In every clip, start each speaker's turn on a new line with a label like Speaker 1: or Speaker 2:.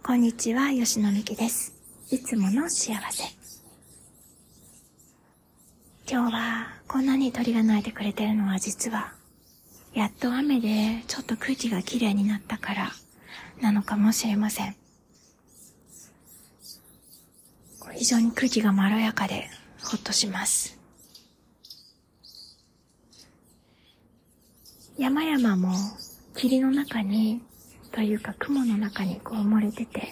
Speaker 1: こんにちは、吉野美希です。いつもの幸せ。今日はこんなに鳥が鳴いてくれてるのは実は、やっと雨でちょっと空気がきれいになったからなのかもしれません。非常に空気がまろやかでほっとします。山々も霧の中にというか雲の中に埋もれてて、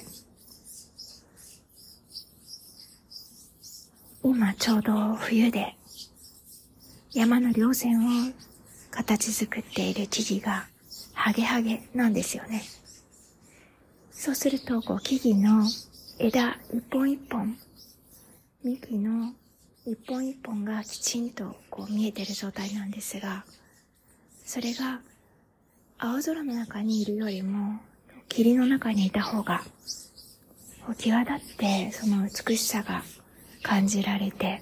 Speaker 1: 今ちょうど冬で山の稜線を形作っている木々がハゲハゲなんですよね。そうすると木々の枝一本一本、幹の一本一本がきちんと見えている状態なんですが、それが青空の中にいるよりも霧の中にいた方が際立ってその美しさが感じられて、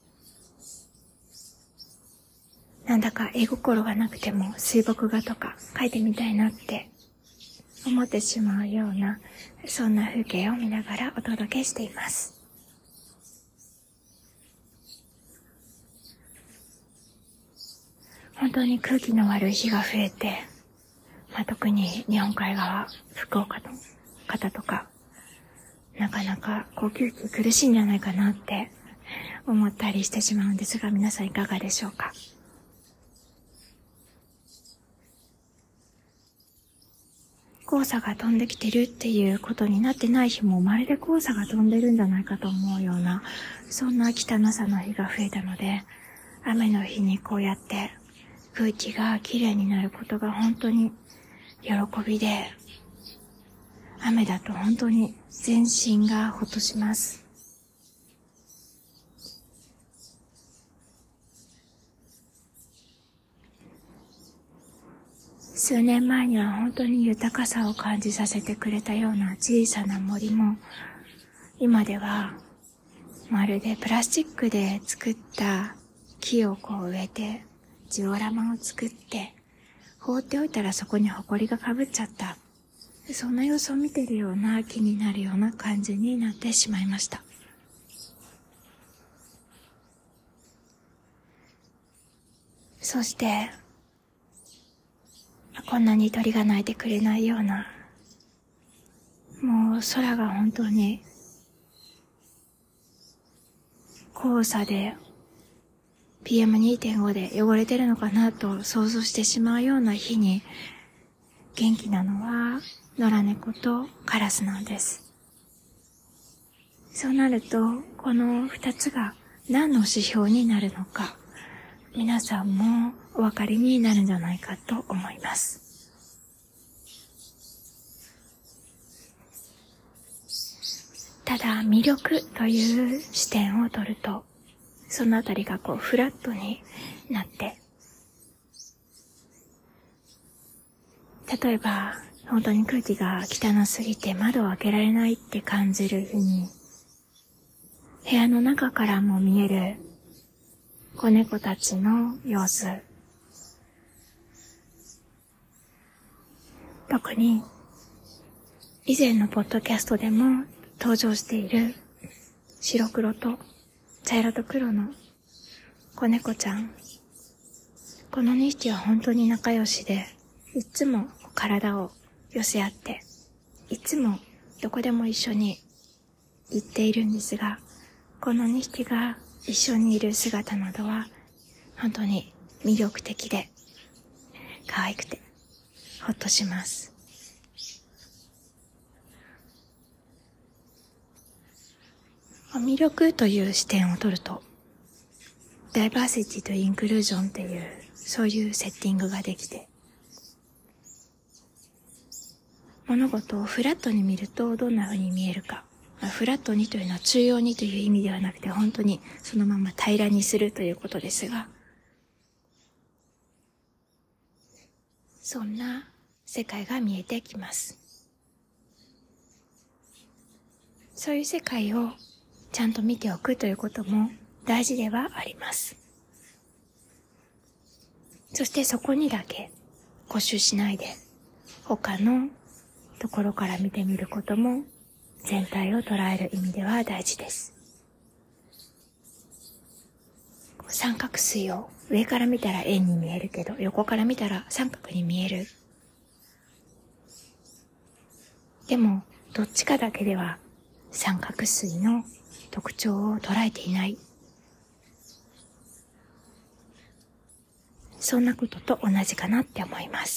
Speaker 1: なんだか絵心がなくても水墨画とか描いてみたいなって思ってしまうような、そんな風景を見ながらお届けしています。本当に空気の悪い日が増えて、特に日本海側、福岡の方とか、なかなか呼吸器苦しいんじゃないかなって思ったりしてしまうんですが、皆さんいかがでしょうか。黄砂が飛んできてるっていうことになってない日も、まるで黄砂が飛んでるんじゃないかと思うような、そんな汚さの日が増えたので、雨の日にこうやって空気がきれいになることが本当に喜びで、雨だと本当に全身がほっとします。数年前には本当に豊かさを感じさせてくれたような小さな森も、今ではまるでプラスチックで作った木を植えて、ジオラマを作って放っておいたらそこに埃がかぶっちゃった、そんな様子を見ているような気になるような感じになってしまいました。そしてこんなに鳥が鳴いてくれないような、もう空が本当に黄砂で PM2.5 で汚れてるのかなと想像してしまうような日に、元気なのは野良猫とカラスなんです。そうなるとこの二つが何の指標になるのか、皆さんもお分かりになるんじゃないかと思います。ただ魅力という視点を取ると、そのあたりがフラットになって、例えば本当に空気が汚すぎて窓を開けられないって感じる日に、部屋の中からも見える子猫たちの様子、特に以前のポッドキャストでも登場している白黒と茶色と黒の子猫ちゃん、この2匹は本当に仲良しで、いつも体を寄せ合って、いつもどこでも一緒に行っているんですが、この2匹が一緒にいる姿などは本当に魅力的で可愛くてほっとします。魅力という視点を取ると、ダイバーシティとインクルージョンっていうそういうセッティングができて、物事をフラットに見るとどんな風に見えるか、フラットにというのは中央にという意味ではなくて、本当にそのまま平らにするということですが、そんな世界が見えてきます。そういう世界をちゃんと見ておくということも大事ではあります。そしてそこにだけ固執しないで、他のところから見てみることも全体を捉える意味では大事です。三角錐を上から見たら円に見えるけど、横から見たら三角に見える。でも、どっちかだけでは三角錐の特徴を捉えていない。そんなことと同じかなって思います。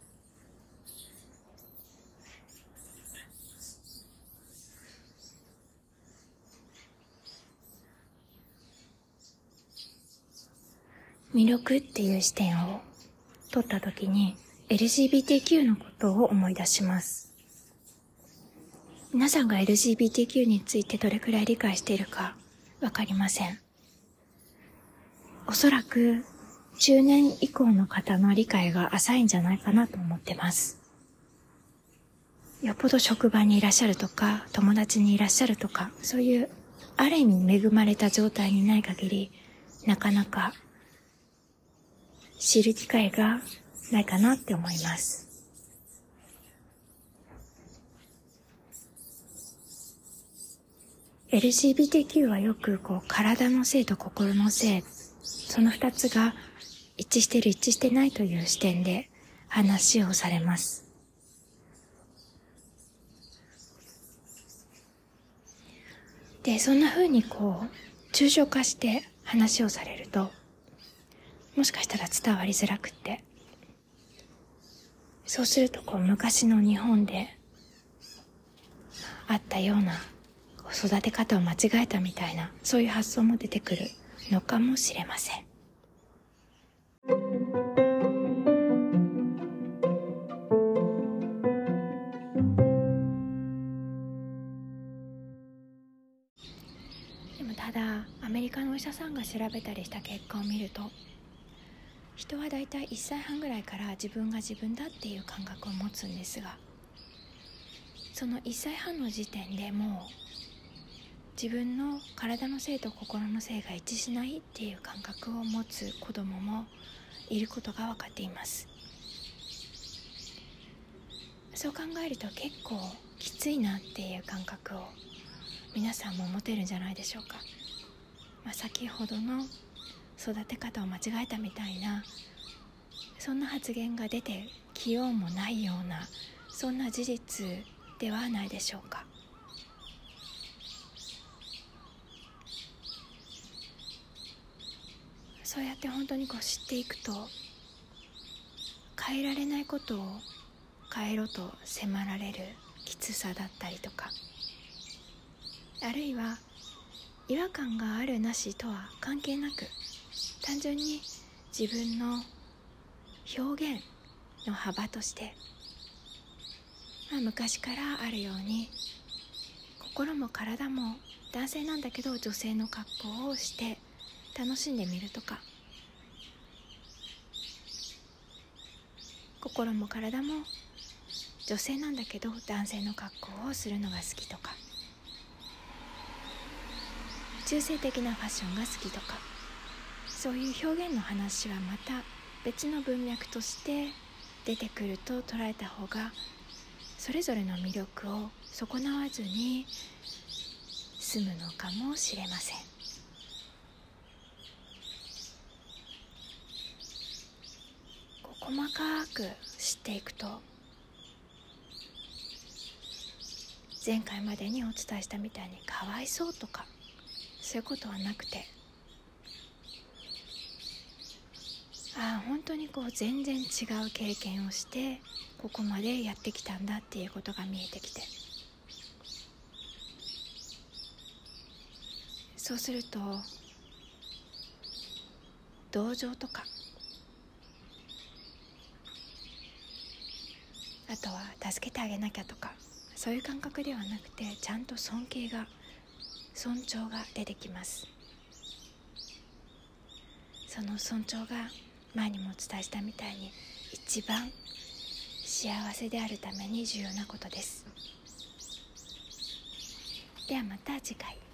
Speaker 1: 魅力っていう視点を取ったときに LGBTQ のことを思い出します。皆さんが LGBTQ についてどれくらい理解しているかわかりません。おそらく中年以降の方の理解が浅いんじゃないかなと思ってます。よっぽど職場にいらっしゃるとか、友達にいらっしゃるとか、そういうある意味恵まれた状態にない限り、なかなか知る機会がないかなって思います。LGBTQ はよく体の性と心の性、その二つが一致してる一致してないという視点で話をされます。で、そんな風に抽象化して話をされると、もしかしたら伝わりづらくって、そうすると昔の日本であったような育て方を間違えたみたいな、そういう発想も出てくるのかもしれません。でもただ、アメリカのお医者さんが調べたりした結果を見ると、人はだいたい1歳半ぐらいから自分が自分だっていう感覚を持つんですが、その1歳半の時点でもう自分の体の性と心の性が一致しないっていう感覚を持つ子供もいることが分かっています。そう考えると結構きついなっていう感覚を皆さんも持てるんじゃないでしょうか。先ほどの育て方を間違えたみたいな、そんな発言が出てきようもないような、そんな事実ではないでしょうか。そうやって本当に知っていくと、変えられないことを変えろと迫られるきつさだったりとか、あるいは違和感があるなしとは関係なく、単純に自分の表現の幅として、昔からあるように心も体も男性なんだけど女性の格好をして楽しんでみるとか、心も体も女性なんだけど男性の格好をするのが好きとか、中性的なファッションが好きとか、そういう表現の話はまた別の文脈として出てくると捉えた方が、それぞれの魅力を損なわずに済むのかもしれません。細かく知っていくと、前回までにお伝えしたみたいにかわいそうとかそういうことはなくて、本当に全然違う経験をしてここまでやってきたんだっていうことが見えてきて、そうすると同情とか、あとは助けてあげなきゃとか、そういう感覚ではなくて、ちゃんと尊重が出てきます。その尊重が前にもお伝えしたみたいに一番幸せであるために重要なことです。ではまた次回。